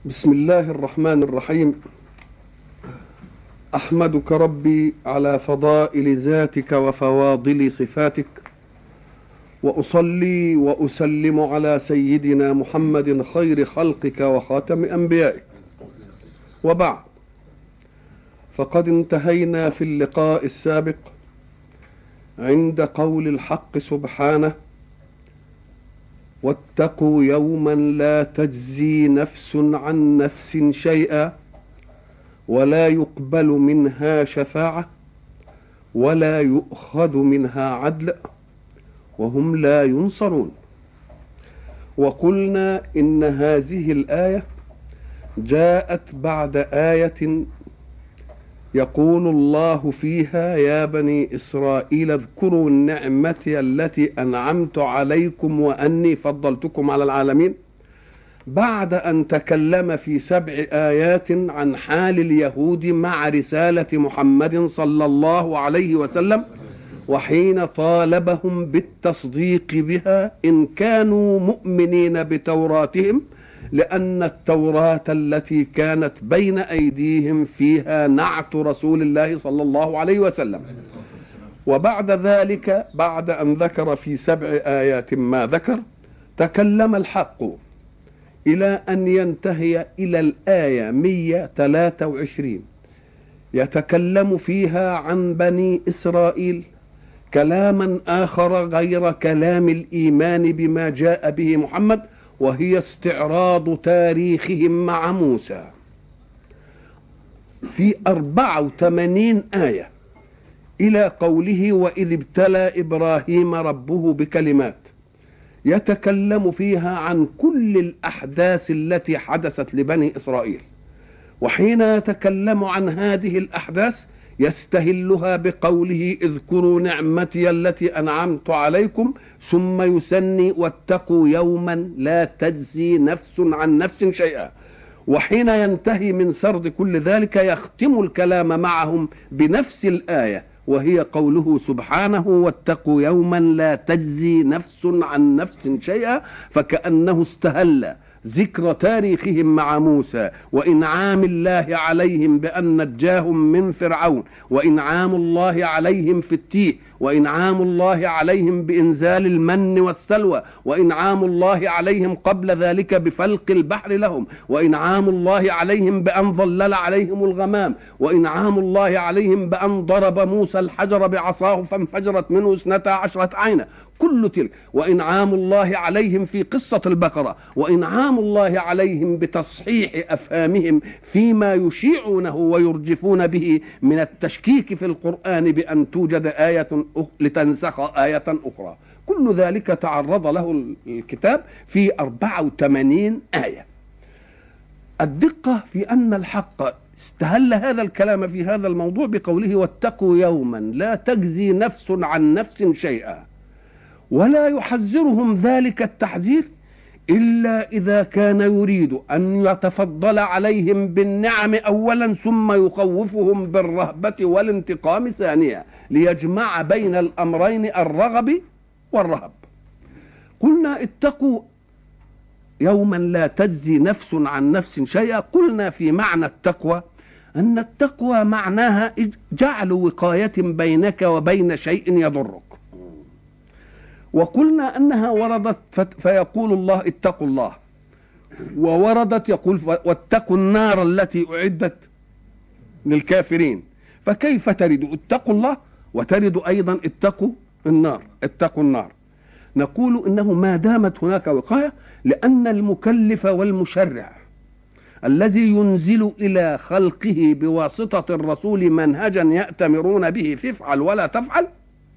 بسم الله الرحمن الرحيم. أحمدك ربي على فضائل ذاتك وفواضل صفاتك، وأصلي وأسلم على سيدنا محمد خير خلقك وخاتم أنبيائك، وبعد، فقد انتهينا في اللقاء السابق عند قول الحق سبحانه: واتقوا يوما لا تجزي نفس عن نفس شيئا ولا يقبل منها شفاعة ولا يؤخذ منها عدل وهم لا ينصرون. وقلنا إن هذه الآية جاءت بعد آية يقول الله فيها: يا بني إسرائيل اذكروا نعمتي التي أنعمت عليكم وأني فضلتكم على العالمين، بعد أن تكلم في 7 آيات عن حال اليهود مع رسالة محمد صلى الله عليه وسلم، وحين طالبهم بالتصديق بها إن كانوا مؤمنين بتوراتهم، لأن التوراة التي كانت بين أيديهم فيها نعت رسول الله صلى الله عليه وسلم. وبعد ذلك، بعد أن ذكر في 7 آيات ما ذكر، تكلم الحق إلى أن ينتهي إلى الآية 123 يتكلم فيها عن بني إسرائيل كلاما آخر غير كلام الإيمان بما جاء به محمد، وهي استعراض تاريخهم مع موسى في 84 آية إلى قوله: وإذ ابتلى إبراهيم ربه بكلمات، يتكلم فيها عن كل الأحداث التي حدثت لبني إسرائيل. وحين يتكلم عن هذه الأحداث يستهلها بقوله: اذكروا نعمتي التي أنعمت عليكم، ثم يسني: واتقوا يوما لا تجزي نفس عن نفس شيئا. وحين ينتهي من سرد كل ذلك يختم الكلام معهم بنفس الآية، وهي قوله سبحانه: واتقوا يوما لا تجزي نفس عن نفس شيئا، فكأنه استهل ذكر تاريخهم مع موسى وإنعام الله عليهم بأن نجاهم من فرعون، وإنعام الله عليهم في التيه، وإنعام الله عليهم بإنزال المن والسلوى، وإنعام الله عليهم قبل ذلك بفلق البحر لهم، وإنعام الله عليهم بأن ظلل عليهم الغمام، وإنعام الله عليهم بأن ضرب موسى الحجر بعصاه فانفجرت منه 12 عينا، كل تلك، وإنعام الله عليهم في قصة البقرة، وإنعام الله عليهم بتصحيح أفهامهم فيما يشيعونه ويرجفون به من التشكيك في القرآن بأن توجد آية لتنسخ آية أخرى. كل ذلك تعرض له الكتاب في 84 آية. الدقة في أن الحق استهل هذا الكلام في هذا الموضوع بقوله: واتقوا يوما لا تجزي نفس عن نفس شيئا، ولا يحذرهم ذلك التحذير إلا إذا كان يريد أن يتفضل عليهم بالنعم أولا، ثم يخوفهم بالرهبة والانتقام ثانيا، ليجمع بين الأمرين: الرغب والرهب. قلنا: اتقوا يوما لا تجزي نفس عن نفس شيئا. قلنا في معنى التقوى أن التقوى معناها جعل وقاية بينك وبين شيء يضرك. وقلنا أنها وردت فيقول الله: اتقوا الله، ووردت يقول: واتقوا النار التي أعدت للكافرين. فكيف ترد اتقوا الله وترد أيضا اتقوا النار؟ اتقوا النار. نقول إنه ما دامت هناك وقاية، لأن المكلف والمشرع الذي ينزل إلى خلقه بواسطة الرسول منهجا يأتمرون به في افعل ولا تفعل،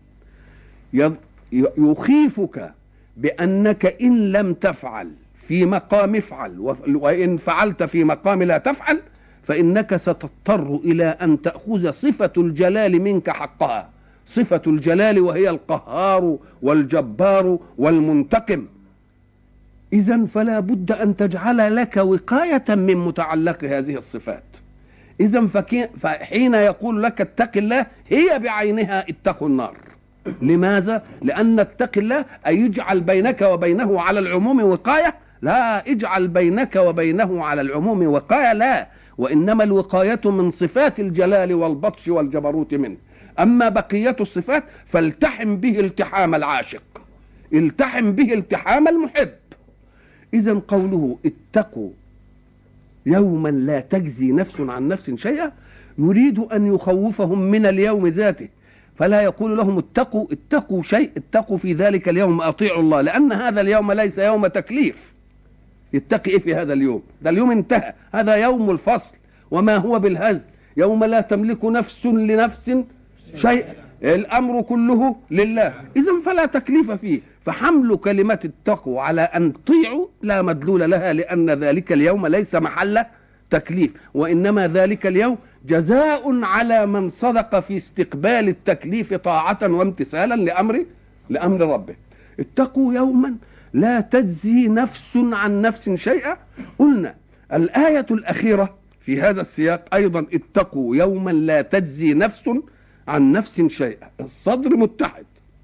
يخيفك بأنك إن لم تفعل في مقام افعل، وإن فعلت في مقام لا تفعل، فإنك ستضطر إلى أن تأخذ صفة الجلال منك حقها، صفة الجلال وهي القهار والجبار والمنتقم. إذن فلا بد أن تجعل لك وقاية من متعلق هذه الصفات. إذن فحين يقول لك اتق الله، هي بعينها اتقوا النار. لماذا؟ لأن اتق الله أي يجعل بينك وبينه على العموم وقاية، لا اجعل بينك وبينه على العموم وقاية، لا، وإنما الوقاية من صفات الجلال والبطش والجبروت منه. أما بقية الصفات فالتحم به التحام العاشق، التحم به التحام المحب. إذن قوله اتقوا يوما لا تجزي نفس عن نفس شيئا يريد أن يخوفهم من اليوم ذاته، فلا يقول لهم اتقوا شيء، اتقوا في ذلك اليوم أطيعوا الله، لأن هذا اليوم ليس يوم تكليف. يتقي إيه في هذا اليوم؟ ده اليوم انتهى، هذا يوم الفصل، وما هو بالهزل، يوم لا تملك نفس لنفس شيئا، الأمر كله لله. إذن فلا تكليف فيه، فحمل كلمة التقوى على أن تطيعوا لا مدلول لها، لأن ذلك اليوم ليس محل تكليف، وإنما ذلك اليوم جزاء على من صدق في استقبال التكليف طاعة وامتثالا لأمر ربه. اتقوا يوما لا تجزي نفس عن نفس شيئا. قلنا الآية الأخيرة في هذا السياق أيضا اتقوا يوما لا تجزي نفس عن نفس شيئا، الصدر متحد،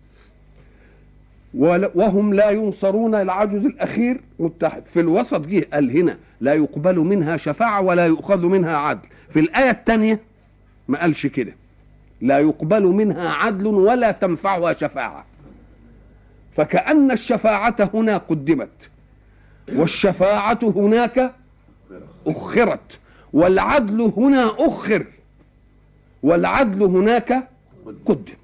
وهم لا ينصرون، العجز الأخير متحد. في الوسط جه قال هنا لا يقبل منها شفاعة ولا يؤخذ منها عدل. في الآية الثانية ما قالش كده، لا يقبل منها عدل ولا تنفعها شفاعة، فكأن الشفاعة هنا قدمت والشفاعة هناك أخرت، والعدل هنا أخر والعدل هناك قدم.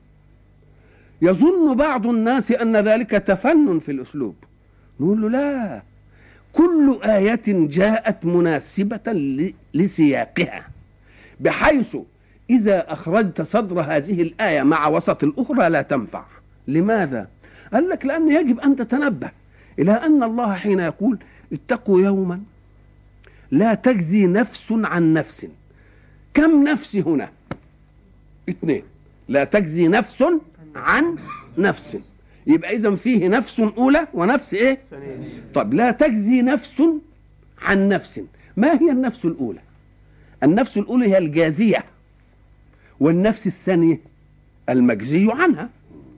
يظن بعض الناس أن ذلك تفنن في الأسلوب، نقول له لا، كل آية جاءت مناسبة لسياقها، بحيث إذا أخرجت صدر هذه الآية مع وسط الأخرى لا تنفع. لماذا؟ قال لك لأن يجب أن تتنبه إلى أن الله حين يقول اتقوا يوما لا تجزي نفس عن نفس، كم نفس هنا؟ 2. لا تجزي نفس عن نفس، يبقى إذن فيه نفس أولى ونفس إيه؟ طب لا تجزي نفس عن نفس، ما هي النفس الأولى؟ النفس الأولى هي الجازية، والنفس الثانية المجزي عنها.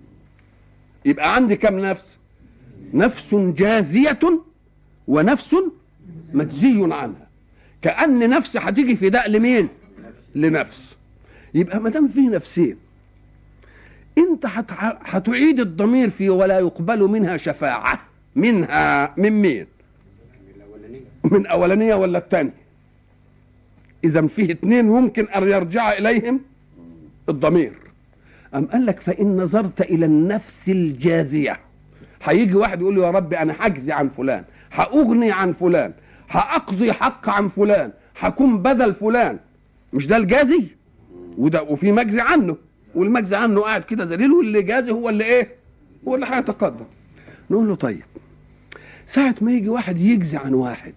يبقى عندي كم نفس؟ نفس جازية ونفس مجزي عنها، كأن نفس هتيجي فداء لمين؟ لنفس. يبقى ما دام فيه نفسين انت هتعيد الضمير فيه ولا يقبل منها شفاعة. منها من مين؟ من أولانية ولا الثانية؟ إذا فيه 2 يمكن أن يرجع إليهم الضمير. أم قال لك فإن نظرت إلى النفس الجازية، هيجي واحد يقول له يا رب أنا هجزي عن فلان، هأغني عن فلان، هأقضي حق عن فلان، هكون بدل فلان، مش ده الجازي؟ وده وفي مجزي عنه، والمجزي عنه قاعد كده ذليل، واللي جازي هو اللي ايه؟ هو اللي هيتقدم. نقول له طيب ساعة ما يجي واحد يجزي عن واحد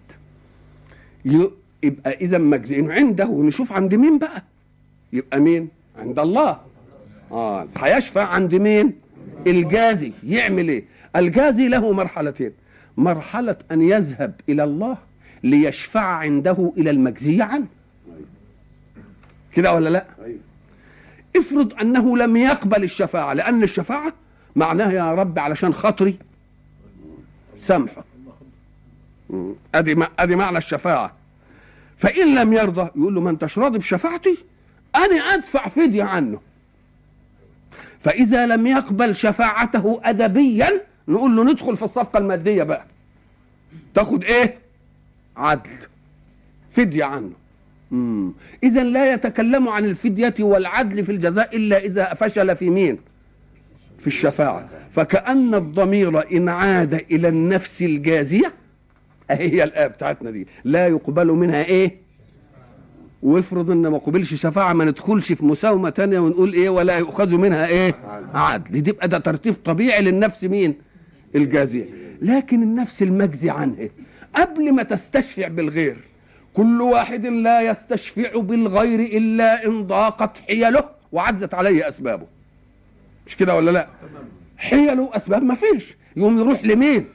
يبقى إذا مجزئين عنده، ونشوف عند مين بقى؟ يبقى مين؟ عند الله. هيشفع عند مين؟ الجازي. يعمل ايه؟ الجازي له مرحلتين، مرحلة أن يذهب إلى الله ليشفع عنده إلى المجزي عنه، كده ولا لا؟ افرض أنه لم يقبل الشفاعة، لأن الشفاعة معناها يا رب علشان خاطري سامحه، أدي معنى الشفاعة. فإن لم يرضى يقول له ما أنتش راضي بشفاعتي، أنا أدفع فدية عنه. فإذا لم يقبل شفاعته أدبيا نقول له ندخل في الصفقة المادية بقى، تاخد إيه؟ عدل، فدية عنه. إذا لا يتكلم عن الفدية والعدل في الجزاء إلا إذا فشل في مين؟ في الشفاعة. فكأن الضمير إن عاد إلى النفس الجازية، هي الآية بتاعتنا دي، لا يقبل منها إيه؟ وافرض إن ما قبلش شفاعة ما ندخلش في مساومة تانية ونقول إيه؟ ولا يؤخذ منها إيه؟ عدل. يبقى ده ترتيب طبيعي للنفس مين؟ الجازية. لكن النفس المجزي عنه قبل ما تستشفع بالغير، كل واحد لا يستشفع بالغير إلا إن ضاقت حيله وعزت عليه أسبابه، مش كده ولا لا؟ حيله أسباب ما فيش، يقوم يروح لمين؟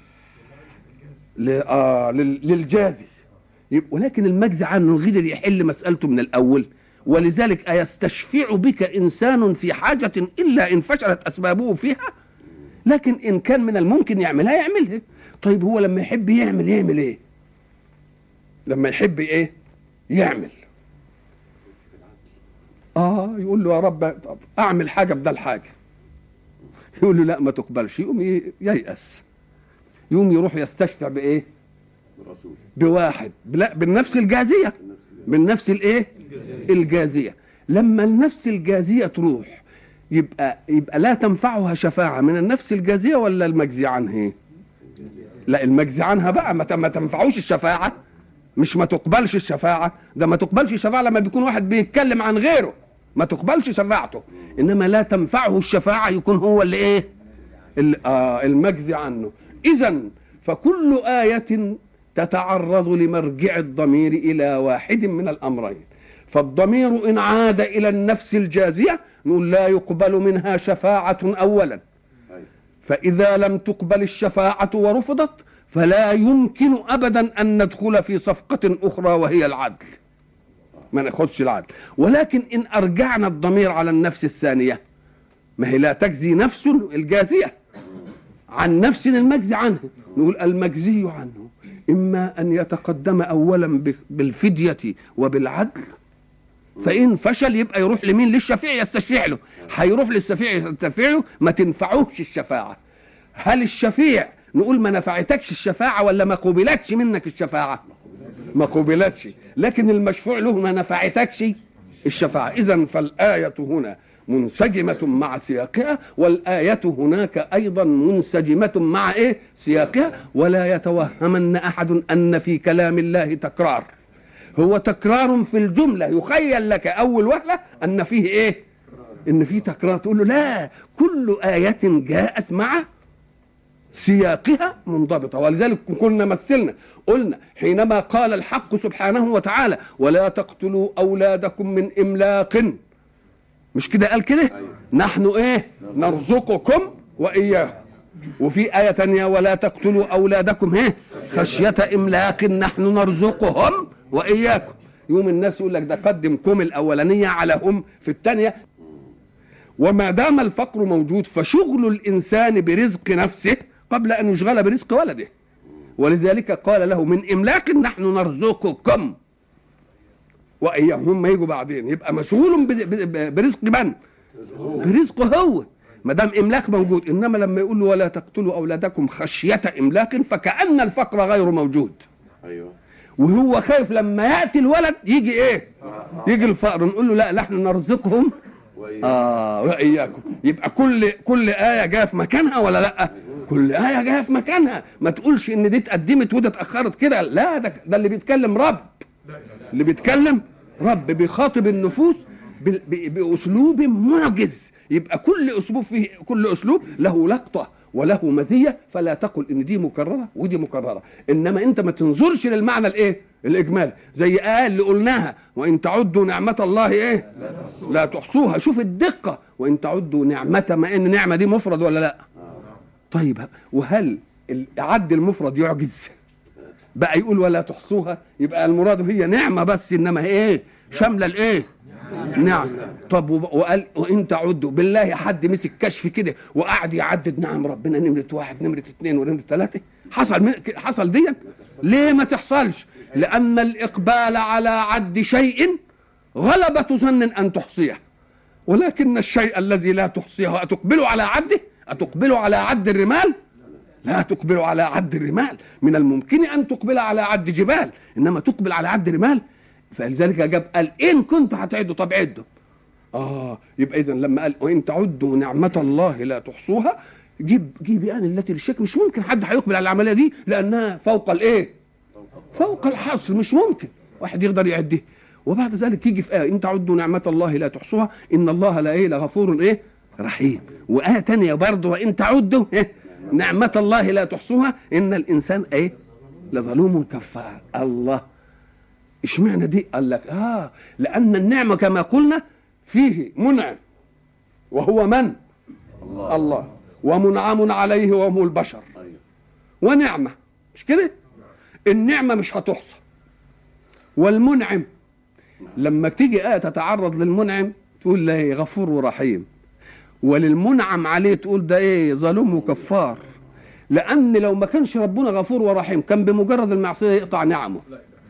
للجازي. ولكن المجزي عنه غير يحل مسألته من الأول. ولذلك أيستشفع بك إنسان في حاجة إلا إن فشلت أسبابه فيها؟ لكن إن كان من الممكن يعملها يعملها. طيب هو لما يحب يعمل إيه؟ لما يحب إيه؟ يعمل يقول له يا رب أعمل حاجة بدل حاجة، يقول له لا ما تقبلش، يقوم ييأس، يقوم يروح يستشفع بإيه؟ بواحد بالنفس الجازية، بالنفس الإيه؟ الجازية. لما النفس الجازية تروح يبقى لا تنفعها شفاعة من النفس الجازية ولا المجزي عنها؟ لا المجزي عنها بقى ما تنفعوش الشفاعة، مش ما تقبلش الشفاعة، ده ما تقبلش الشفاعة لما بيكون واحد بيتكلم عن غيره ما تقبلش شفاعته، إنما لا تنفعه الشفاعة يكون هو اللي إيه؟ المجزي عنه. إذن فكل آية تتعرض لمرجع الضمير إلى واحد من الأمرين. فالضمير إن عاد إلى النفس الجازية نقول لا يقبل منها شفاعة أولا، فإذا لم تقبل الشفاعة ورفضت فلا يمكن أبدا أن ندخل في صفقة أخرى وهي العدل، ما ناخدش العدل. ولكن إن أرجعنا الضمير على النفس الثانية، ما هي لا تجزي نفس الجازية عن نفس المجزي عنه، نقول المجزي عنه إما أن يتقدم أولا بالفدية وبالعدل، فإن فشل يبقى يروح لمين؟ للشفيع يستشفع له. هيروح للشفيع يستشفع له ما تنفعوش الشفاعة. هل الشفيع نقول ما نفعتكش الشفاعة ولا ما قبلتش منك الشفاعة؟ ما قبلتش، لكن المشفوع له ما نفعتكش الشفاعة. إذن فالآية هنا منسجمة مع سياقها، والآية هناك أيضا منسجمة مع سياقها. ولا يتوهمن أحد أن في كلام الله تكرار، هو تكرار في الجملة، يخيل لك أول وهلة أن فيه إن فيه تكرار، تقول له لا، كل آية جاءت مع سياقها منضبطة. ولذلك كنا مثلنا قلنا حينما قال الحق سبحانه وتعالى ولا تقتلوا أولادكم من إملاق، مش كده قال كده؟ نحن نرزقكم وإياهم. وفي آية تانية ولا تقتلوا أولادكم خشية إملاق نحن نرزقهم وإياكم. يوم الناس يقول لك ده قدم كم الأولانية على هم في الثانية. وما دام الفقر موجود فشغل الإنسان برزق نفسه قبل أن يشغل برزق ولده، ولذلك قال له من إملاق نحن نرزقكم وإياهم، هم يجوا بعدين، يبقى مشغول برزق من؟ برزقه هو، ما دام إملاق موجود. إنما لما يقول له ولا تقتلوا أولادكم خشية إملاق فكأن الفقر غير موجود. أيوة. وهو خايف لما يأتي الولد يجي يجي الفقر، نقول له لا نحن نرزقهم وإياكم. يبقى كل آية جاء في مكانها ولا لا؟ كل آية جاء في مكانها. ما تقولش إن دي اتقدمت وده اتأخرت كده، لا، ده اللي بيتكلم رب، اللي بيتكلم رب بيخاطب النفوس بأسلوب معجز. يبقى كل أسلوب له لقطة وله مزية، فلا تقل إن دي مكررة ودي مكررة، إنما أنت ما تنظرش للمعنى الإجمالي. زي اللي قلناها وإن تعدوا نعمة الله لا تحصوها. شوف الدقة، وإن تعدوا نعمة، ما إن نعمة دي مفرد ولا لا؟ طيب وهل عد المفرد يعجز بقى يقول ولا تحصوها؟ يبقى المراد هي نعمة بس، إنما شاملة نعم. طب وقال وإن تعدوا، بالله حد مسك كشف كده وقعد يعدد نعم ربنا نمرة 1 نمرة 2 ونمرة 3؟ حصل دي؟ ليه ما تحصلش؟ لأن الإقبال على عد شيء غلبة ظن أن تحصيه، ولكن الشيء الذي لا تحصيه أتقبل على عده؟ أتقبل على عد الرمال؟ لا تقبل على عد الرمال. من الممكن أن تقبل على عد جبال، إنما تقبل على عد رمال. فلذلك قال إن كنت هتعدوا، طب عدوا. يبقى إذن لما قال وإن تعدوا نعمة الله لا تحصوها، جيب يعني التي للشك، مش ممكن حد هيقبل على العملية دي لأنها فوق فوق الحصر، مش ممكن واحد يقدر يعديه. وبعد ذلك يجي في إن تعدوا نعمة الله لا تحصوها إن الله لغفور رحيم. وآية تانية برضه وإن تعدوا نعمة الله لا تحصوها إن الإنسان لظلوم كفار. الله، اشمعنى دي؟ قال لك لأن النعمة كما قلنا فيه منعم وهو من؟ الله، ومنعم عليه وهم البشر، ونعمة، مش كده؟ النعمة مش هتحصى، والمنعم لما تيجي تتعرض للمنعم تقول له غفور ورحيم، وللمنعم عليه تقول ده ايه؟ ظلوم وكفار. لان لو ما كانش ربنا غفور ورحيم كان بمجرد المعصيه يقطع نعمه.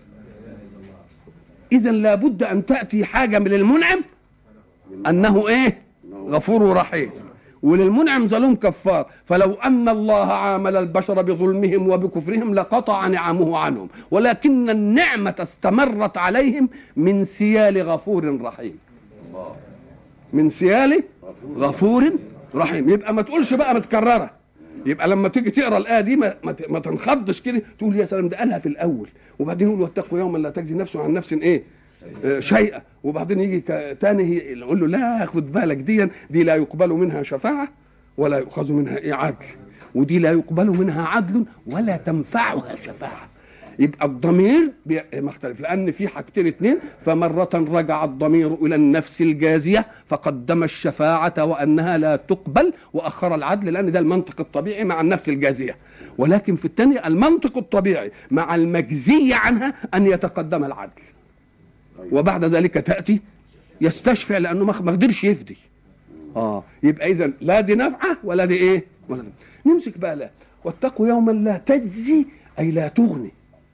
اذا لابد ان تاتي حاجه من المنعم انه ايه؟ غفور ورحيم، وللمنعم ظلوم كفار. فلو ان الله عامل البشر بظلمهم وبكفرهم لقطع نعمه عنهم، ولكن النعمه استمرت عليهم من سيال غفور رحيم. من سيال غفور رحيم. يبقى ما تقولش بقى متكرره. يبقى لما تيجي تقرا الايه دي ما تنخضش كده، تقول يا سلام ده قالها في الاول، وبعدين يقول واتقوا يوما لا تجزي نفس عن نفس ايه؟ شيئا، وبعدين يجي تاني يقول له لا خد بالك دي لا يقبل منها شفاعه ولا يؤخذ منها ايه؟ عدل، ودي لا يقبل منها عدل ولا تنفعها شفاعه. يبقى الضمير مختلف، لان في حاجتين اتنين. فمره رجع الضمير الى النفس الجازيه فقدم الشفاعه وانها لا تقبل واخر العدل، لان ده المنطق الطبيعي مع النفس الجازيه. ولكن في الثانيه المنطق الطبيعي مع المجزيه عنها ان يتقدم العدل، وبعد ذلك تاتي يستشفع لانه ما قدرش يفدي. يبقى اذا لا دي نفعه ولا دي ايه؟ ولا دي. نمسك بقى لا واتقوا يوما لا تجزي اي لا تغني.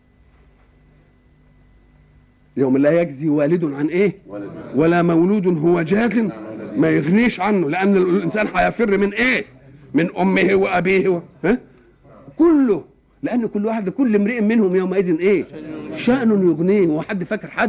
يوم لا يجزي والد عن ايه؟ ولا مولود هو جاز، ما يغنيش عنه، لان الانسان هيفر من ايه؟ من امه وابيه كله، لان كل واحد كل امرئ منهم يومئذ ايه؟ شأن يغنيه. وحد فاكر حد؟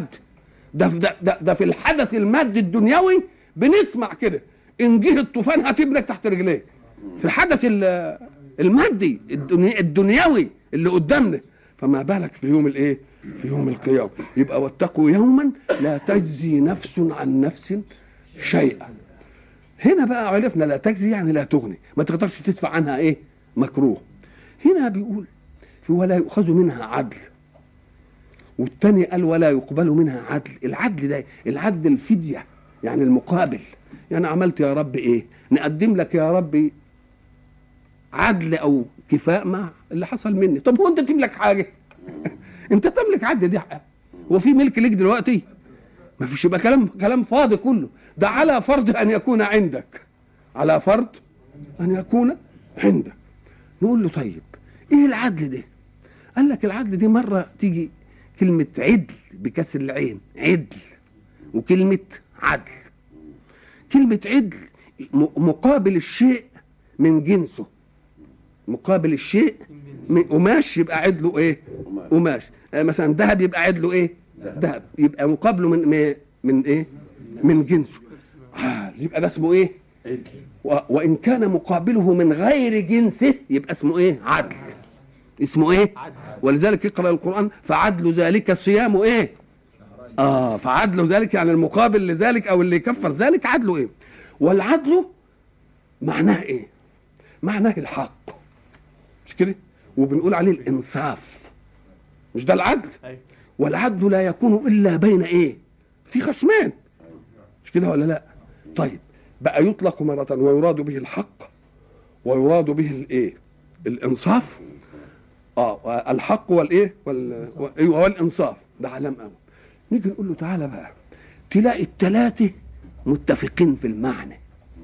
ده في الحدث المادي الدنيوي بنسمع كده ان جه الطوفان هتبلك تحت رجليك. في الحدث المادي الدنيوي اللي قدامنا، فما بالك في يوم الايه؟ في يوم القيامه. يبقى واتقوا يوما لا تجزي نفس عن نفس شيئا. هنا بقى عرفنا لا تجزي يعني لا تغني، ما تقدرش تدفع عنها ايه؟ مكروه. هنا بيقول في ولا يؤخذ منها عدل، والتاني قال ولا يقبل منها عدل. العدل ده العدل الفدية، يعني المقابل. يعني عملت يا رب ايه؟ نقدم لك يا رب عدل او كفاء مع اللي حصل مني. طب هو انت تملك حاجه؟ انت تملك عدل دي حق. هو في ملك ليك دلوقتي؟ ما فيش. يبقى كلام فاضي كله. ده على فرض ان يكون عندك، على فرض ان يكون عندك. نقول له طيب ايه العدل ده؟ قال لك العدل دي مره تيجي كلمه عدل بكسر العين، عدل، وكلمه عدل. كلمه عدل مقابل الشيء من جنسه، مقابل الشيء من قماش يبقى عدله ايه؟ قماش. مثلا ذهب يبقى عدله ايه؟ ذهب. يبقى مقابله من ايه؟ من جنسه. يبقى ده اسمه ايه؟ عدل. وان كان مقابله من غير جنسه يبقى اسمه ايه؟ عدل. اسمه ايه؟ ولذلك اقرأ القرآن فعدل ذلك صيام ايه؟ فعدل ذلك يعني المقابل لذلك او اللي يكفر ذلك عدله ايه؟ والعدل معناه ايه؟ معناه الحق، مش كده؟ وبنقول عليه الانصاف، مش ده العدل؟ والعدل لا يكون الا بين ايه؟ في خصمين، مش كده ولا لا؟ طيب بقى يطلق مرة ويراد به الحق ويراد به الايه؟ الانصاف. الحق والايه؟ والانصاف. ده علام قوي. نيجي نقول له تعالى بقى تلاقي الثلاثه متفقين في المعنى.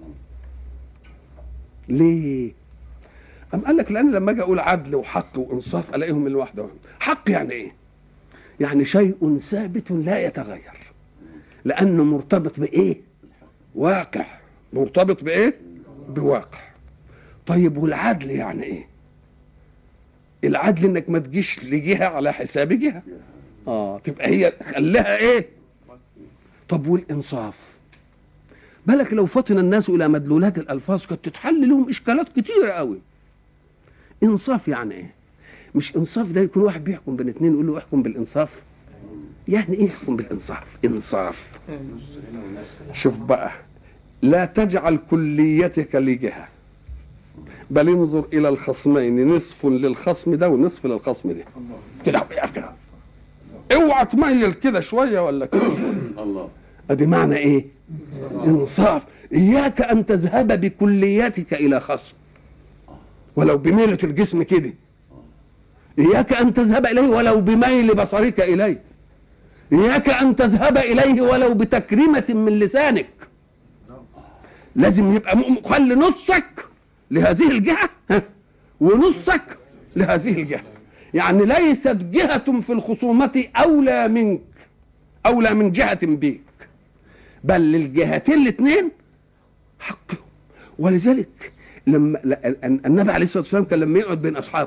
ليه؟ أم قال لك لأن لما أجي أقول عدل وحق وإنصاف ألاقيهم من الواحدة. حق يعني إيه؟ يعني شيء ثابت لا يتغير، لأنه مرتبط بإيه؟ واقع. مرتبط بإيه؟ بواقع. طيب والعدل يعني إيه؟ العدل إنك ما تجيش لجهة على حساب جهة. تبقى هي خليها إيه؟ طب والإنصاف؟ بالك لو فطن الناس إلى مدلولات الألفاظ كانت تتحل لهم إشكالات كتيرة قوي. إنصاف يعني إيه؟ مش إنصاف ده يكون واحد بيحكم بين اتنين يقول له احكم بالإنصاف. يعني إيه يحكم بالإنصاف؟ إنصاف شوف بقى، لا تجعل كليتك لجهة بل انظر إلى الخصمين، نصف للخصم ده ونصف للخصم ده. كده كده اوعى تميل كده شوية ولا كده شوية. الله. ادي معنى ايه؟ انصاف. اياك ان تذهب بكليتك الى خصم ولو بميلة الجسم كده. اياك ان تذهب اليه ولو بميل بصرك اليه. اياك ان تذهب اليه ولو بتكريمة من لسانك. لازم يبقى خلي نصك لهذه الجهة ونصك لهذه الجهة. يعني ليست جهة في الخصومة أولى منك، أولى من جهة بيك، بل للجهتين الاثنين حقهم. ولذلك لما النبي عليه الصلاة والسلام كان لما يقعد بين أصحابه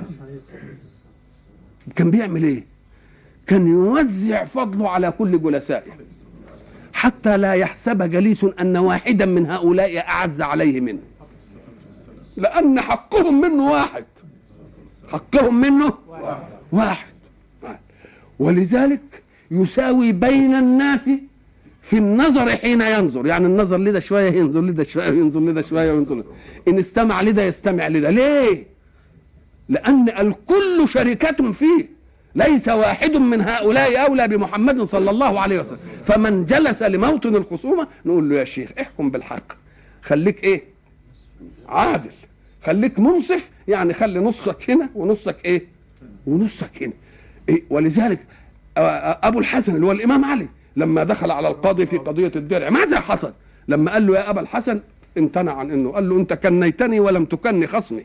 كان بيعمل إيه؟ كان يوزع فضله على كل جلسائه حتى لا يحسب جليس أن واحدا من هؤلاء أعز عليه منه، لأن حقهم منه واحد، حقهم منه واحد. ولذلك يساوي بين الناس في النظر حين ينظر، يعني النظر لده شوية ينظر لده شوية ينظر لده شوية وينظر لده. إن استمع لده يستمع لده. ليه؟ لأن الكل شركة فيه، ليس واحد من هؤلاء أولى بمحمد صلى الله عليه وسلم. فمن جلس لموطن الخصومة نقول له يا شيخ احكم بالحق، خليك ايه؟ عادل، خليك منصف، يعني خلي نصك هنا ونصك ايه؟ ونصك هنا. إيه؟ ولذلك أبو الحسن اللي هو الإمام علي لما دخل على القاضي في قضية الدرع ماذا حصل؟ لما قال له يا أبا الحسن امتنع عن انه، قال له انت كنيتني ولم تكني خصمي.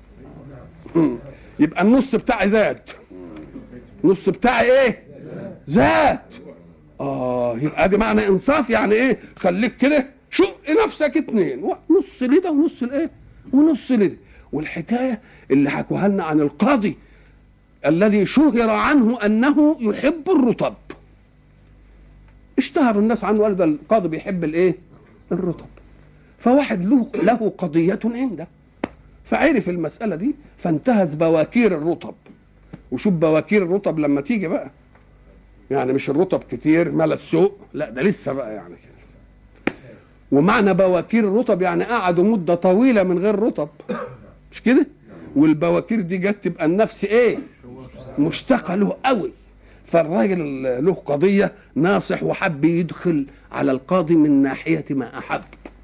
يبقى النص بتاعي زاد، نص بتاعي ايه؟ زاد. يبقى دي معنى انصاف. يعني ايه؟ خليك كده شق نفسك اتنين، نص لده ونص الايه؟ ونص لده. والحكايه اللي حكوها لنا عن القاضي الذي شهر عنه انه يحب الرطب، اشتهر الناس عنه قالوا ده القاضي بيحب الايه؟ الرطب. فواحد له قضيه عنده فعرف المساله دي فانتهز بواكير الرطب. وشوف بواكير الرطب لما تيجي بقى، يعني مش الرطب كتير مال السوق، لا ده لسه بقى يعني كده. ومعنى بواكير الرطب يعني قعدوا مده طويله من غير رطب، مش كده؟ والبواكير دي جت تبقى النفس ايه؟ مشتاقه له قوي. فالراجل له قضيه ناصح وحب يدخل على القاضي من ناحيه ما احب.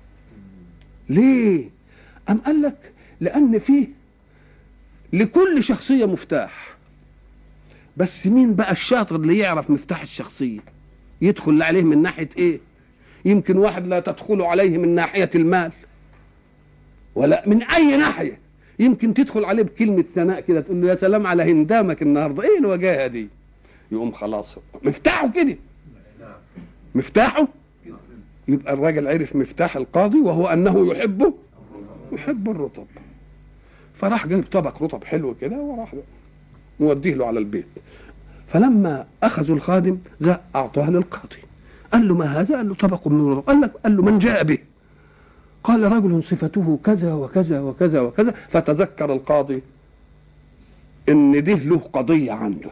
ليه؟ أم قال لك لأن فيه لكل شخصية مفتاح، بس مين بقى الشاطر اللي يعرف مفتاح الشخصية يدخل عليه من ناحية ايه؟ يمكن واحد لا تدخل عليه من ناحية المال ولا من اي ناحية، يمكن تدخل عليه بكلمة ثناء كده تقول له يا سلام على هندامك النهاردة، ايه الوجاهة دي؟ يقوم خلاص مفتاحه كده، مفتاحه. يبقى الراجل عرف مفتاح القاضي وهو انه يحب الرطب. فراح جايب طبق رطب حلو كده وراح موديه له على البيت. فلما اخذوا الخادم اعطاه للقاضي، قال له ما هذا؟ قال له طبق من الرطب. قال له من جاء به؟ قال رجل صفته كذا وكذا وكذا وكذا. فتذكر القاضي ان ده له قضية عنده،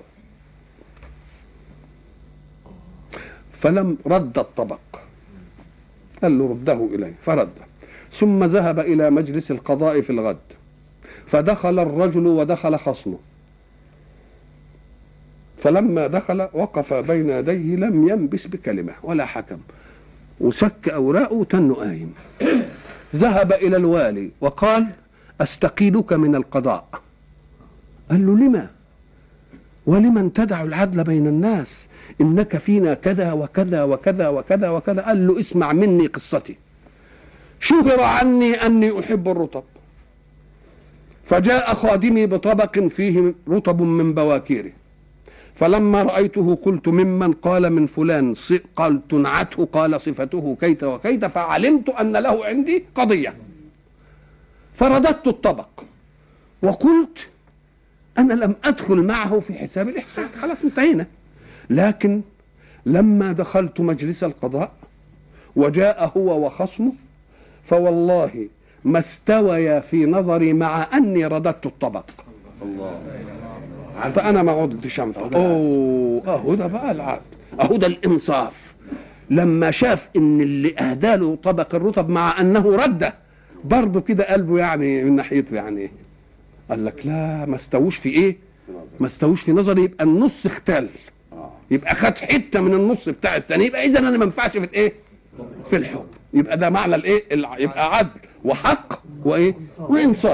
فلم رد الطبق، قال له رده إليه فرده. ثم ذهب إلى مجلس القضاء في الغد، فدخل الرجل ودخل خصمه، فلما دخل وقف بين يديه لم ينبس بكلمة ولا حكم، وسك أوراقه وتنه قايم. ذهب إلى الوالي وقال أستقيلك من القضاء. قال له لما؟ ولمن تدع العدل بين الناس؟ إنك فينا كذا وكذا وكذا وكذا وكذا. قال له اسمع مني قصتي. شهر عني أني أحب الرطب، فجاء خادمي بطبق فيه رطب من بواكيره، فلما رأيته قلت ممن؟ قال من فلان. قال تنعته؟ قال صفته كيت وكيت. فعلمت أن له عندي قضية، فرددت الطبق وقلت أنا لم أدخل معه في حساب الإحسان، خلاص انتهينا. لكن لما دخلت مجلس القضاء وجاء هو وخصمه، فوالله ما استويا في نظري مع أني رددت الطبق. فأنا ما عدتش أنفع. أهو ده بقى العدل، أهو ده الإنصاف. لما شاف إن اللي أهداله طبق الرطب مع أنه رده برضه كده قلبه يعني من ناحيته يعني قال لك لا ما استووش في إيه؟ ما استووش في نظري، يبقى النص اختل، يبقى خد حته من النص بتاع التاني، يبقى اذا انا ما ينفعش في الايه؟ في الحكم. يبقى ده معنى الايه؟ يبقى عدل وحق وايه؟ وانصاف.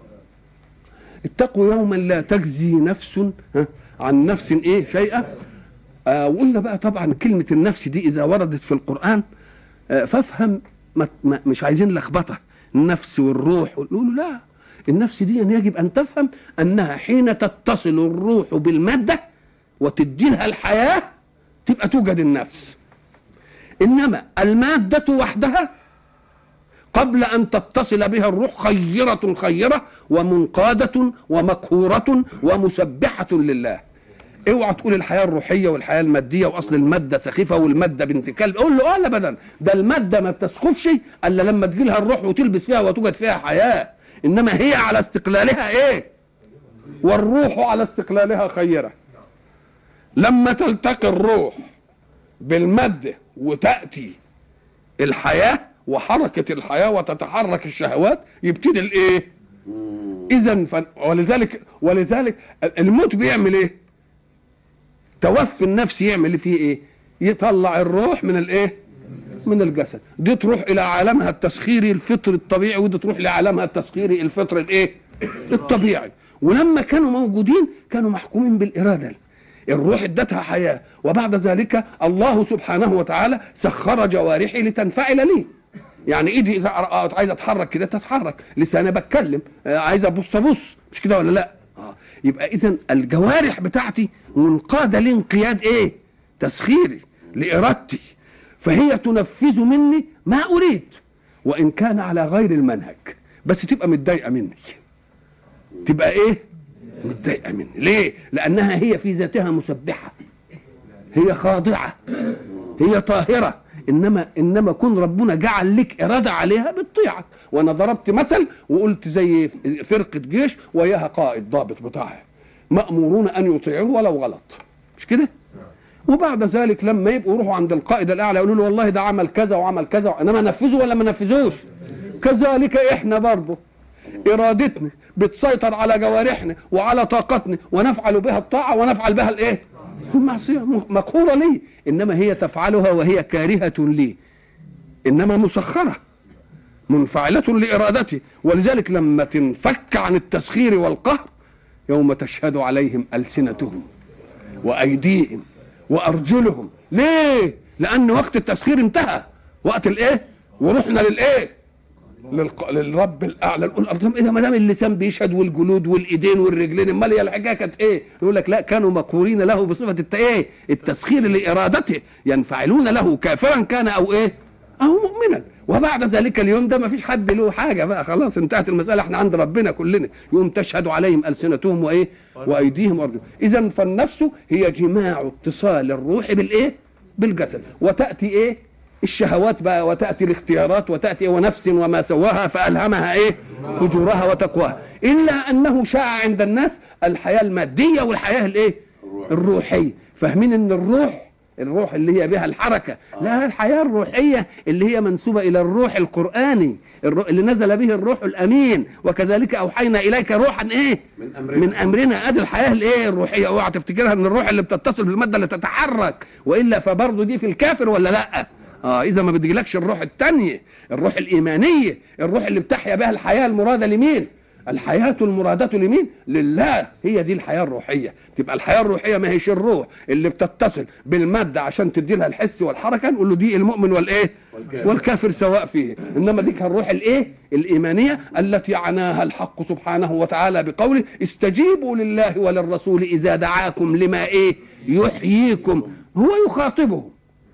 اتقوا يوما لا تجزي نفس عن نفس ايه شيئا. وقلنا بقى طبعا كلمه النفس دي اذا وردت في القران فافهم مش عايزين لخبطه النفس والروح، نقول لا، النفس دي يجب ان تفهم انها حين تتصل الروح بالماده وتدي لها الحياه تبقى توجد النفس. انما الماده وحدها قبل ان تتصل بها الروح خيره ومنقاده ومقهوره ومسبحه لله. اوعى تقول الحياه الروحيه والحياه الماديه واصل الماده سخيفه والماده بنت كلب، قول له لا ابدا، ده الماده ما بتسخفش الا لما تجي لها الروح وتلبس فيها وتوجد فيها حياه، انما هي على استقلالها ايه؟ والروح على استقلالها خيره. لما تلتقي الروح بالماده وتاتي الحياه وحركه الحياه وتتحرك الشهوات يبتدي الايه؟ اذا ولذلك الموت بيعمل ايه؟ توفي النفس يعمل فيه ايه؟ يطلع الروح من الايه؟ من الجسد، دي تروح الى عالمها التسخيري الفطري الطبيعي، ودي تروح لعالمها التسخيري الفطري الايه؟ الطبيعي. ولما كانوا موجودين كانوا محكومين بالاراده، الروح ادتها حياه، وبعد ذلك الله سبحانه وتعالى سخر جوارحي لتنفعل لي. يعني ايدي اذا عايزه اتحرك كده تتحرك، لساني بتكلم، عايزه ابص مش كده ولا لا؟ يبقى اذا الجوارح بتاعتي منقاده لانقياد ايه؟ تسخيري لارادتي، فهي تنفذ مني ما اريد وان كان على غير المنهج، بس تبقى متضايقه مني. تبقى ايه؟ متضايقه مني. ليه؟ لانها هي في ذاتها مسبحه، هي خاضعه، هي طاهره، انما كن ربنا جعل لك اراده عليها بتطيعك. وانا ضربت مثل وقلت زي فرقه جيش وياها قائد ضابط بتاعها، مامورون ان يطيعوه ولو غلط، مش كده؟ وبعد ذلك لما يبقوا يروحوا عند القائد الاعلى يقولوا له والله ده عمل كذا وعمل كذا، انما نفذه ولا ما نفذوش؟ كذلك احنا برضه ارادتنا بتسيطر على جوارحنا وعلى طاقتنا، ونفعل بها الطاعه ونفعل بها الايه؟ المعصيه مقهوره لي، انما هي تفعلها وهي كارهه لي، انما مسخره منفعله لارادتي. ولذلك لما تنفك عن التسخير والقهر يوم تشهد عليهم السنتهم وايديهم وارجلهم. ليه؟ لان وقت التسخير انتهى، وقت الايه؟ ورحنا للايه؟ للرب الاعلى. نقول اذا ما دام اللسان بيشهد والجلود والايدين والرجلين، امال هي الحكايه كانت ايه؟ يقول لك لا، كانوا مقهورين له بصفه ايه؟ التسخير لارادته، ينفعلون له كافرا كان او ايه؟ او مؤمنا. وبعد ذلك اليوم ده ما فيش حد له حاجه بقى، خلاص انتهت المساله، احنا عند ربنا كلنا. يوم تشهد عليهم السنتهم وايه؟ وايديهم وارجلهم. اذا فالنفس هي جماع اتصال الروح بالايه؟ بالجسد. وتاتي ايه؟ الشهوات بقى، وتأتي الاختيارات، وتأتي ونفس وما سواها فألهمها ايه؟ فجورها وتقواها. إلا أنه شاع عند الناس الحياة المادية والحياة الايه؟ الروحية. فاهمين ان الروح اللي هي بها الحركة، لا، الحياة الروحية اللي هي منسوبة إلى الروح القرآني اللي نزل به الروح الأمين، وكذلك أوحينا إليك روحا إيه؟ من أمرنا. أدي الحياة الإيه؟ الروحية. اوعى تفتكرها إن الروح اللي بتتصل بالمادة اللي تتحرك، وإلا فبرضه دي في الكافر ولا لأ؟ إذا ما بتجيلكش الروح التانية، الروح الإيمانية، الروح اللي بتحيا بها الحياة المرادة لمين؟ الحياة المرادة لمين؟ لله. هي دي الحياة الروحية. تبقى الحياة الروحية ما هيش الروح اللي بتتصل بالمادة عشان تدي لها الحس والحركة، نقول له دي المؤمن والإيه؟ والكافر سواء فيه. إنما ديك الروح الإيه؟ الإيمانية التي عناها الحق سبحانه وتعالى بقوله استجيبوا لله وللرسول إذا دعاكم لما إيه؟ يحييكم. هو يخاطبهم،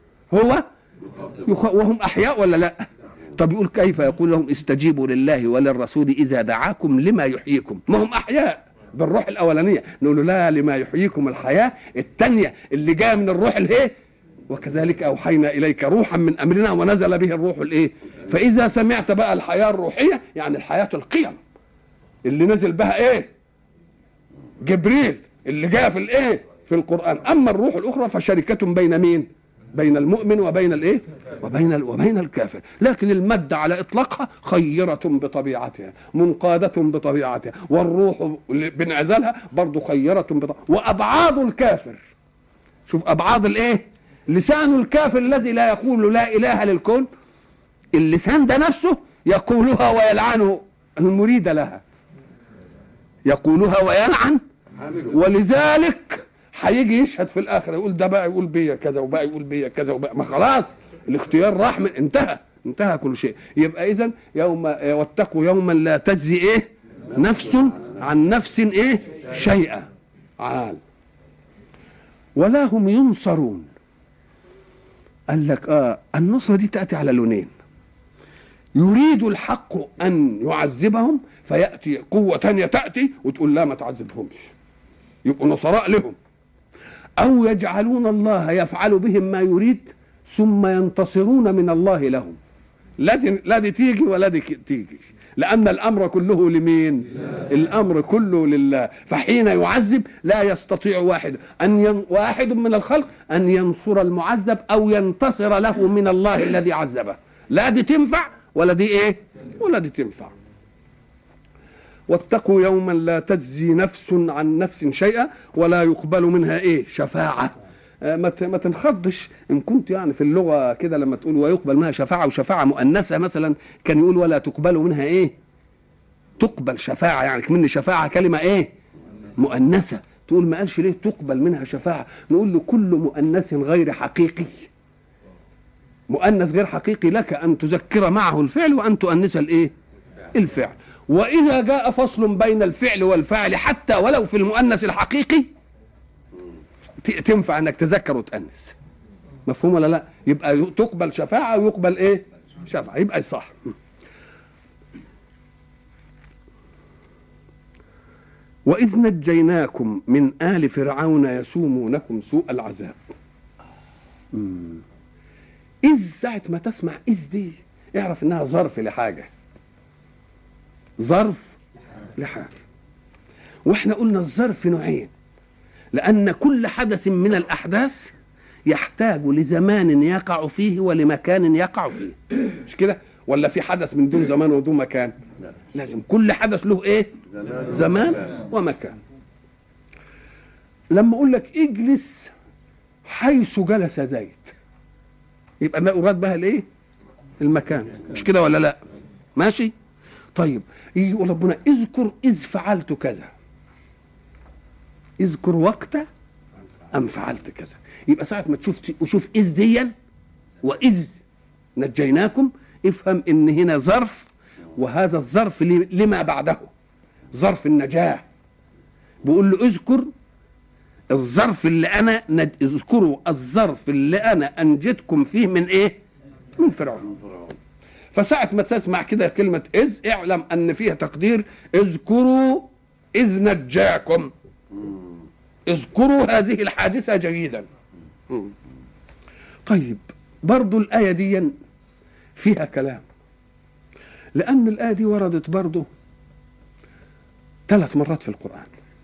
وهم أحياء ولا لا؟ طب يقول كيف يقول لهم استجيبوا لله وللرسول إذا دعاكم لما يحييكم؟ ما هم أحياء بالروح الأولانية. نقول له لا، لما يحييكم الحياة الثانية اللي جاء من الروح الايه؟ وكذلك أوحينا إليك روحا من أمرنا ونزل به الروح الايه؟ فإذا سمعت بقى الحياة الروحية يعني الحياة القيم اللي نزل بها ايه؟ جبريل اللي جاء في الايه؟ في القرآن. أما الروح الأخرى فشركة بين مين؟ بين المؤمن وبين الايه؟ وبين الكافر. لكن المادة على اطلاقها خيرة بطبيعتها، منقادة بطبيعتها، والروح بانعزالها برضو خيرة بطبيعتها. وابعاض الكافر، شوف ابعاض الايه؟ لسان الكافر الذي لا يقول لا اله للكون، اللسان ده نفسه يقولها ويلعن المريد لها، يقولها ويلعن. ولذلك هيجي يشهد في الاخره يقول ده بقى يقول بيا كذا وبقى يقول بيا كذا وبقى، ما خلاص الاختيار راح من انتهى. انتهى كل شيء. يبقى إذن يوم واتقوا يوما لا تجزي إيه نفس عن نفس إيه شيئا عال ولا هم ينصرون. قال لك النصرة دي تأتي على لونين. يريد الحق أن يعذبهم فيأتي قوة تانية تأتي وتقول لا ما تعذبهمش، يبقوا نصراء لهم. أو يجعلون الله يفعل بهم ما يريد ثم ينتصرون من الله لهم. لا دي تيجي ولا دي تيجي، لأن الأمر كله لمين؟ الأمر كله لله. فحين يعذب لا يستطيع واحد من الخلق أن ينصر المعذب أو ينتصر له من الله الذي عذبه. لا دي تنفع ولا دي إيه؟ ولا دي تنفع. واتقوا يوما لا تجزي نفس عن نفس شيئا ولا يقبل منها إيه؟ شفاعة. ما تنخضش ان كنت يعني في اللغه كده لما تقول ويقبل منها شفاعه وشفاعه مؤنثه مثلا، كان يقول ولا تقبل منها ايه؟ تقبل شفاعه، يعني كمان شفاعه كلمه ايه؟ مؤنثه. تقول ما قالش ليه تقبل منها شفاعه؟ نقول له كل مؤنث غير حقيقي، مؤنث غير حقيقي لك ان تذكر معه الفعل وان تؤنث الايه؟ الفعل. واذا جاء فصل بين الفعل والفاعل حتى ولو في المؤنث الحقيقي تنفع انك تذكر وتأنس. مفهوم ولا لا؟ يبقى تقبل شفاعة ويقبل ايه؟ شفاعة، يبقى صح. وإذ نجيناكم من آل فرعون يسومونكم سوء العذاب. إذ ساعة ما تسمع إذ دي اعرف انها ظرف لحاجة، ظرف لحاجة. واحنا قلنا الظرف نوعين، لأن كل حدث من الأحداث يحتاج لزمان يقع فيه ولمكان يقع فيه، مش كده؟ ولا في حدث من دون زمان ودون مكان؟ لازم كل حدث له ايه؟ زمان ومكان. لما اقول لك اجلس حيث جلس زيد، يبقى ما اراد بها الايه؟ المكان، مش كده ولا لا؟ ماشي. طيب يجي يقول ربنا اذكر اذ فعلت كذا، اذكر وقت ام فعلت كذا. يبقى ساعه ما تشوف اذ ديا واذ نجيناكم افهم ان هنا ظرف، وهذا الظرف لما بعده، ظرف النجاه. بيقول له اذكر الظرف اللي انا اذكروا الظرف اللي انا انجدكم فيه من ايه؟ من فرعون. فساعه ما تسمع كده كلمه اذ اعلم ان فيها تقدير اذكروا اذ نجاكم، اذكروا هذه الحادثة جيدا. طيب برضو الآية دي فيها كلام، لأن الآية دي وردت برضو 3 مرات في القرآن.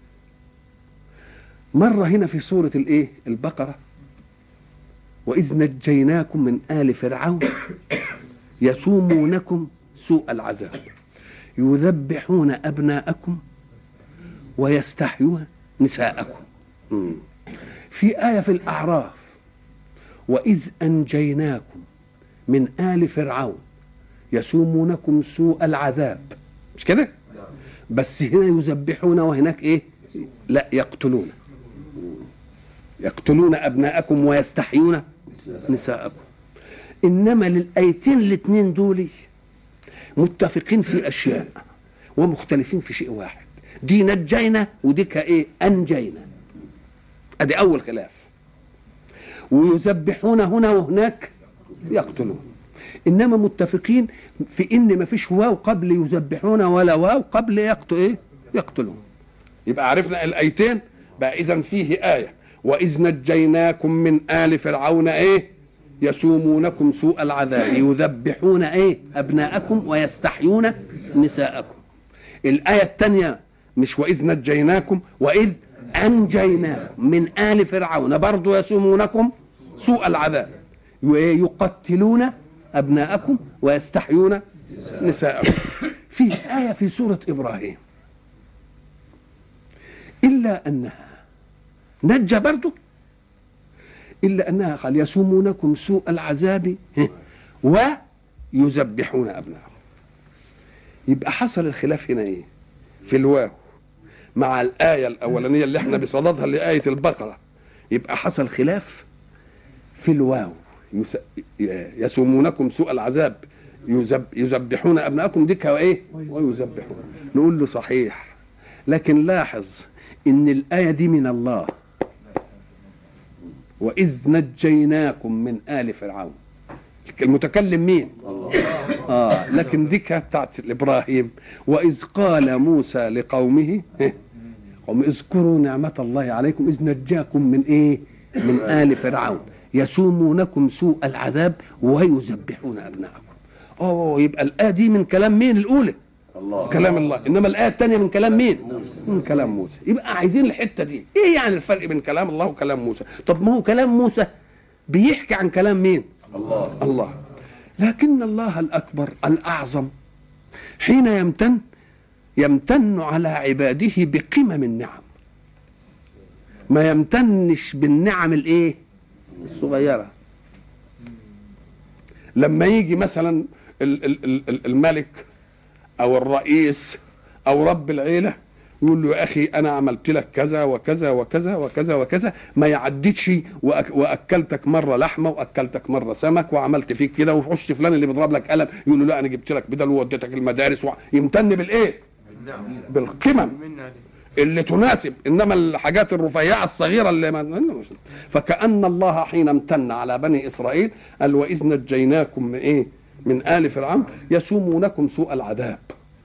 مرة هنا في سورة الايه؟ البقرة، وإذ نجيناكم من آل فرعون يسومونكم سوء العذاب يذبحون أبناءكم ويستحيون نساءكم. في آية في الأعراف وإذ أنجيناكم من آل فرعون يسومونكم سوء العذاب، مش كده؟ بس هنا يذبحون وهناك إيه؟ لا يقتلون أبناءكم ويستحيون نساءكم. إنما للآيتين الاثنين دول متفقين في أشياء ومختلفين في شيء واحد. دي نجينا ودي كايه؟ انجينا. ادي اول خلاف. ويذبحون هنا وهناك يقتلون. انما متفقين في ان ما فيش واو قبل يذبحون ولا واو قبل يقتلون. يبقى عرفنا الايتين بقى. اذا فيه ايه واذ نجيناكم من آل فرعون ايه؟ يسومونكم سوء العذاب يذبحون ايه؟ ابناءكم ويستحيون نساءكم. الايه الثانيه مش وإذ نجيناكم، وإذ أنجيناكم من آل فرعون برضو يسومونكم سوء العذاب يقتلون أبناءكم ويستحيون نساءكم. في آية في سورة إبراهيم إلا أنها نجى برضو، إلا أنها قال يسومونكم سوء العذاب ويذبحون أبناءكم. يبقى حصل الخلاف هنا إيه؟ في الواو مع الآية الأولانية اللي احنا بصددها لآية البقرة. يبقى حصل خلاف في الواو، يسومونكم سوء العذاب يذبحون أبناءكم ديك وإيه ويذبحون. نقول له صحيح، لكن لاحظ إن الآية دي من الله، وإذ نجيناكم من آل فرعون. المتكلم مين؟ الله. لكن دي كانت بتاعت إبراهيم. وإذ قال موسى لقومه قوم اذكروا نعمة الله عليكم إذ نجاكم من إيه؟ من آل فرعون يسومونكم سوء العذاب ويذبحون أبناءكم. يبقى الآية دي من كلام مين الأولى؟ الله. كلام الله. إنما الآية الثانية من كلام مين؟ من كلام موسى. يبقى عايزين الحتة دي إيه يعني الفرق بين كلام الله وكلام موسى؟ طب ما هو كلام موسى بيحكي عن كلام مين؟ الله. لكن الله الأكبر الأعظم حين يمتن على عباده بقمم النعم، ما يمتنش بالنعم الايه الصغيرة. لما يجي مثلا الملك او الرئيس او رب العيلة يقول له يا اخي انا عملت لك كذا وكذا وكذا وكذا وكذا، ما يعديش واكلتك مره لحمه واكلتك مره سمك وعملت فيك كده، وخش فلان اللي بيضرب لك قلم يقول له لا انا جبت لك بدل ووديتك المدارس يمتن بالايه؟ بالقمم اللي تناسب. انما الحاجات الرفيعه الصغيره اللي ما فكأن الله حين امتن على بني اسرائيل قال واذ نجيناكم من ايه؟ من آل فرعون يسومونكم سوء العذاب.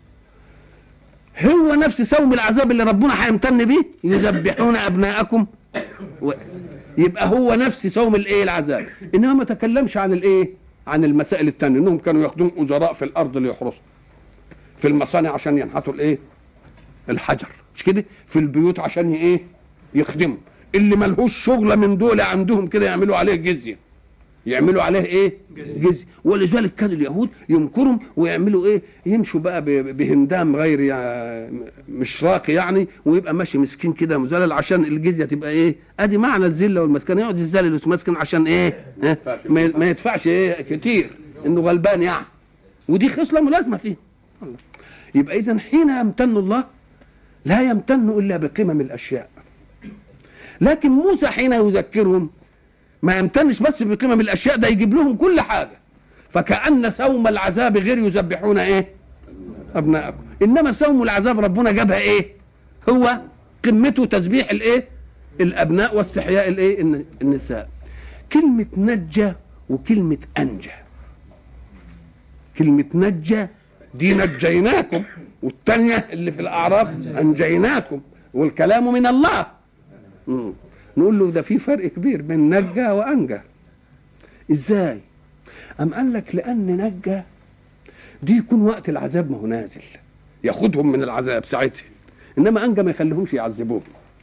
هو نفس سوم العذاب اللي ربنا هيمتن بيه، يذبحون ابناءكم يبقى هو نفس سوم الايه العذاب. انما ما تكلمش عن الايه؟ عن المسائل الثانيه، انهم كانوا ياخدون اجراء في الارض ليحرسوا، في المصانع عشان ينحتوا الايه الحجر، مش كده؟ في البيوت عشان ايه يخدموا. اللي ملهوش شغله من دول عندهم كده يعملوا عليه جزيه، يعملوا عليه ايه جزيه. ولذلك كان اليهود ينكرهم ويعملوا ايه؟ يمشوا بقى بهندام غير مش راقي يعني، ويبقى ماشي مسكين كده مذلل عشان الجزيه تبقى ايه؟ ادي معنى الذله والمسكنه، يقعد يذلل ويتمسكن عشان ايه؟ ما يدفعش ايه كتير، انه غلبان يعني. ودي خصله ملازمه فيه. يبقى اذا حين يمتن الله لا يمتن الا بقمم الاشياء. لكن موسى حين يذكرهم ما يمتنش بس بقمم الاشياء، ده يجيب لهم كل حاجه. فكأن سوم العذاب غير يذبحون ايه ابناءكم، انما سوم العذاب ربنا جابها ايه؟ هو قمته تذبيح الايه الابناء واستحياء الايه النساء. كلمه نجى وكلمه انجى، كلمه نجى دي نجيناكم، والثانيه اللي في الاعراف انجيناكم، والكلام من الله. نقول له ده في فرق كبير بين نجى وانجى. ازاي؟ ام قال لك لان نجى دي يكون وقت العذاب ما هو نازل ياخدهم من العذاب ساعتها، انما انجى ما يخليهمش يعذبوهم،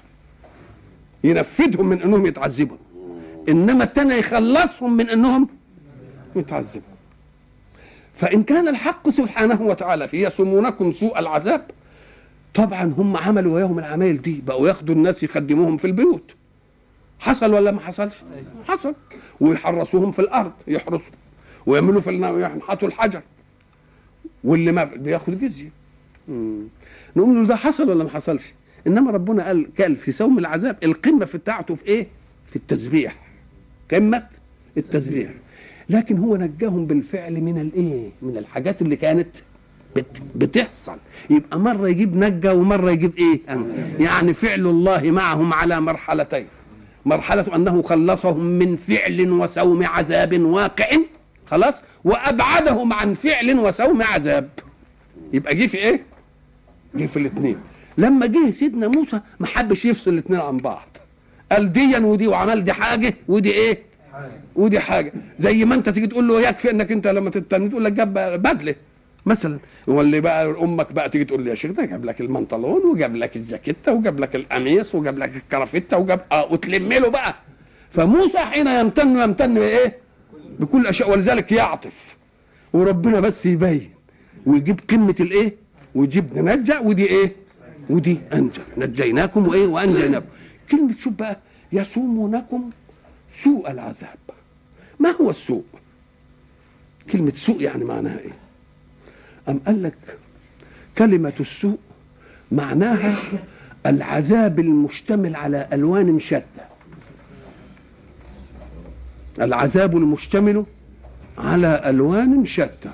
ينفذهم من انهم يتعذبوا، انما التاني يخلصهم من انهم يتعذبوا. فان كان الحق سبحانه وتعالى في يسومونكم سوء العذاب، طبعا هم عملوا وياهم العمايل دي، بقوا ياخدوا الناس يخدموهم في البيوت. حصل ولا ما حصلش؟ حصل. ويحرسوهم في الارض، يحرسوا ويعملوا ينحتوا الحجر، واللي ما بياخد جزيه. نقول له ده حصل ولا ما حصلش؟ انما ربنا قال في سوم العذاب القمه في بتاعته في ايه؟ في التسبيح، قمه التسبيح. لكن هو نجاهم بالفعل من الايه؟ من الحاجات اللي كانت بتحصل. يبقى مره يجيب نجا ومره يجيب ايه؟ يعني فعل الله معهم على مرحلتين، مرحله انه خلصهم من فعل وسوم عذاب واقع خلاص، وابعدهم عن فعل وسوم عذاب. يبقى جه في ايه؟ جه في الاثنين. لما جه سيدنا موسى ما حبش يفصل الاثنين عن بعض، قال ديا ودي، وعمل دي حاجه ودي ايه ودي حاجه. زي ما انت تيجي تقول له يكفي انك انت لما تتني تقول لك جاب بدله مثلا، واللي بقى امك بقى تيجي تقول لي يا شيخ ده جاب لك المنطلون وجاب لك الجاكيته وجاب لك القميص وجاب لك الكرافته وجاب وتلم له بقى. فموسى حين يمتن بايه؟ بكل اشياء، ولذلك يعطف وربنا بس يبين ويجيب قمه الايه ويجيب ننجى ودي ايه ودي انجى، نجيناكم وايه وانجيناكم. كلمه شوف بقى يسومونكم سوء العذاب. ما هو السوء؟ كلمه سوء يعني معناها ايه؟ أم قال لك كلمة السوء معناها العذاب المشتمل على ألوان شتى. العذاب المشتمل على ألوان شتى.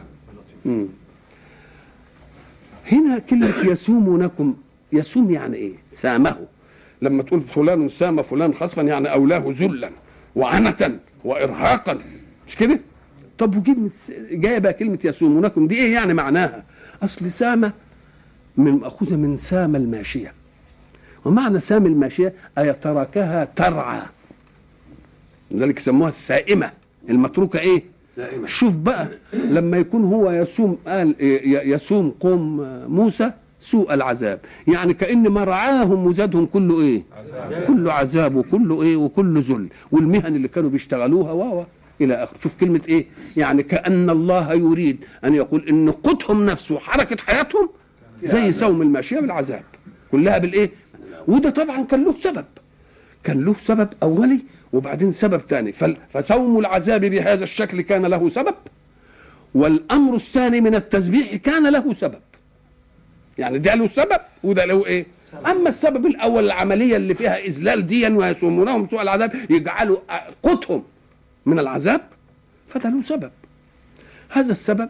هنا كلمة يسومونكم، يسوم يعني ايه؟ سامه. لما تقول فلان سام فلان خصفا يعني أولاه ذلا وعنة وإرهاقا، مش كده؟ طب وكلمة جايه بقى كلمة يسومونكم دي ايه يعني معناها؟ أصل سامة مأخوذة من سام الماشية، ومعنى سام الماشية أي تركها ترعى، لذلك سموها السائمة المتروكة ايه؟ سائمة. شوف بقى لما يكون هو يسوم، قال يسوم قوم موسى سوء العذاب، يعني كأن مرعاهم وزادهم كله ايه؟ عذاب. كله عذاب وكله ايه؟ وكله ذل، والمهن اللي كانوا بيشتغلوها الى اخره. شوف كلمة ايه؟ يعني كأن الله يريد ان يقول ان قوتهم نفسه وحركة حياتهم زي سوم الماشية بالعذاب كلها بالايه؟ وده طبعا كان له سبب اولي وبعدين سبب ثاني. فسوم العذاب بهذا الشكل كان له سبب، والامر الثاني من التسبيح كان له سبب، يعني ده له سبب وده له ايه؟ اما السبب الاول العمليه اللي فيها اذلال ديا ويسومونهم سوء العذاب يجعلوا قوتهم من العذاب، فده له سبب. هذا السبب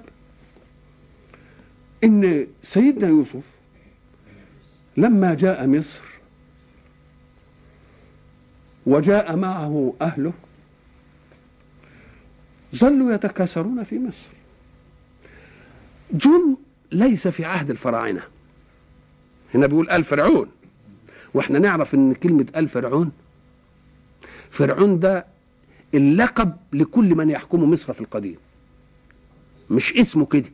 ان سيدنا يوسف لما جاء مصر وجاء معه أهله ظلوا يتكاثرون في مصر. جم ليس في عهد الفراعنة، هنا بيقول آل فرعون، واحنا نعرف ان كلمة آل فرعون ده اللقب لكل من يحكم مصر في القديم، مش اسمه كده،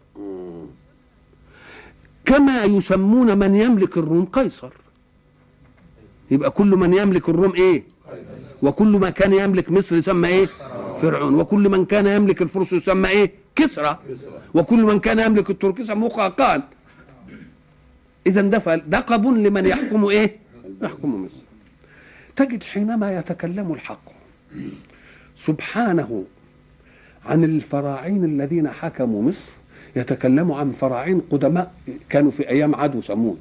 كما يسمون من يملك الروم قيصر، يبقى كل من يملك الروم ايه؟ وكل ما كان يملك مصر يسمى ايه؟ فرعون. وكل من كان يملك الفرس يسمى ايه؟ كسرى. وكل من كان يملك الترك يسمى قاقان. اذا ده لقب لمن يحكم ايه؟ يحكم مصر. تجد حينما يتكلم الحق سبحانه عن الفراعين الذين حكموا مصر يتكلم عن فراعين قدماء كانوا في ايام عاد وثمود.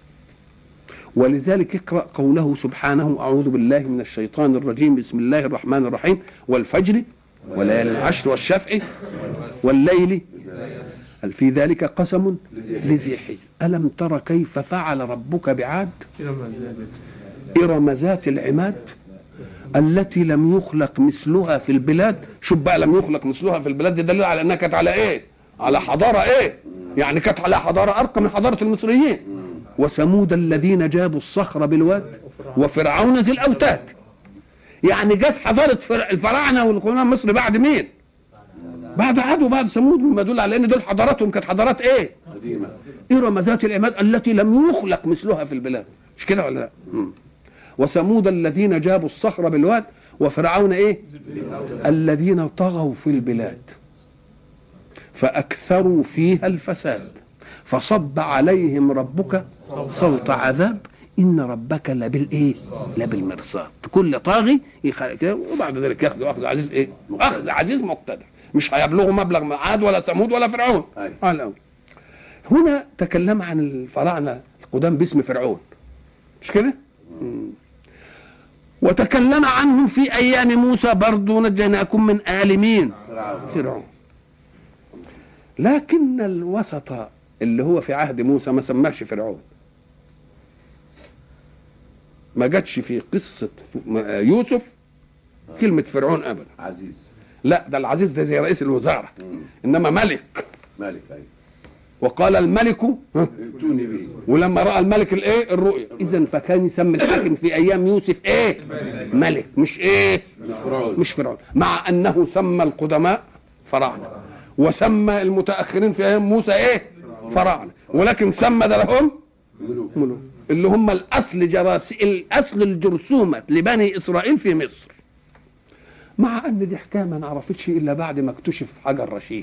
ولذلك اقرأ قوله سبحانه: أعوذ بالله من الشيطان الرجيم، بسم الله الرحمن الرحيم، والفجر وليالي العشر والشفع والليل هل في ذلك قسم لذي حجر ألم تر كيف فعل ربك بعاد إرم ذات العماد التي لم يخلق مثلها في البلاد. شوف بقى، لم يخلق مثلها في البلاد دي دليل على أنها كانت على إيه؟ على حضارة إيه؟ يعني كانت على حضارة أرقى من حضارة المصريين. وثمود الذين جابوا الصخر بالواد وفرعون ذي الاوتاد. يعني جت حضاره الفراعنه والقوم مصر بعد مين؟ بعد عاد وبعد ثمود، مما يدل على ان دول حضاراتهم كانت حضارات ايه؟ قديمه. ارم ذات العماد التي لم يخلق مثلها في البلاد، مش كده ولا لا؟ وثمود الذين جابوا الصخر بالواد وفرعون ايه؟ الذين طغوا في البلاد فاكثروا فيها الفساد فصب عليهم ربك صوت عذاب ان ربك لبالايه؟ لبالمرصاد. كل طاغي كده وبعد ذلك ياخذوا اخذ عزيز ايه؟ اخذ عزيز مقتدر، مش هيبلغوا مبلغ عاد ولا ثمود ولا فرعون. هنا تكلم عن الفراعنه القدام باسم فرعون، مش كده؟ وتكلم عنهم في ايام موسى برضو نجيناكم من آل مين؟ فرعون. لكن الوسط اللي هو في عهد موسى ما سماش فرعون، ما جاتش في قصة يوسف كلمة فرعون أبدا. عزيز، لا ده العزيز ده زي رئيس الوزارة، إنما ملك. أيوة. وقال الملك ائتوني به، ولما رأى الملك الايه؟ الرؤيا. إذن فكان يسمي الحاكم في أيام يوسف ايه؟ ملك، مش ايه؟ مش فرعون، مع أنه سمى القدماء فراعنة وسمى المتأخرين في أيام موسى ايه؟ فراعنة، ولكن سمى ده لهم ملوك اللي هم الأصل الجرثومة لبني إسرائيل في مصر. مع أن دي حكاية ما نعرفتش إلا بعد ما اكتشف حجر رشيد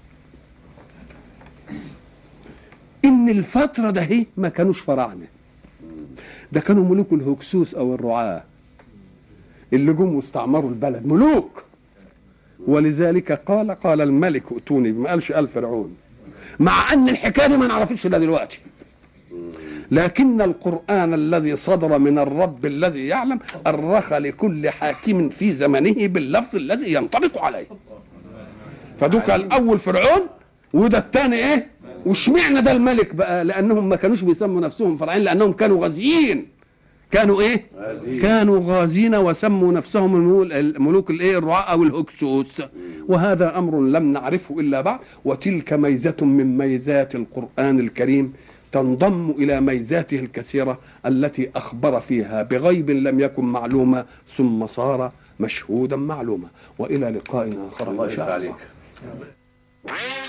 إن الفترة ده هي ما كانوش فراعنة، ده كانوا ملوك الهكسوس أو الرعاة اللي جم واستعمروا البلد، ملوك. ولذلك قال الملك ائتوني، ما قالش قال فرعون، مع أن الحكاية دي ما نعرفتش إلا دلوقتي. لكن القرآن الذي صدر من الرب الذي يعلم أرخ لكل حاكم في زمنه باللفظ الذي ينطبق عليه. فدوك الأول فرعون وده الثاني إيه؟ وشمعنا ده الملك بقى؟ لأنهم ما كانوش بيسموا نفسهم فرعين، لأنهم كانوا غازيين. كانوا إيه؟ غازين. كانوا غازين وسموا نفسهم الملوك الإيه؟ الرعاء أو الهكسوس. وهذا أمر لم نعرفه إلا بعد. وتلك ميزة من ميزات القرآن الكريم تنضم إلى ميزاته الكثيرة التي أخبر فيها بغيب لم يكن معلوما ثم صار مشهودا معلوما. وإلى لقاء آخر إن شاء الله.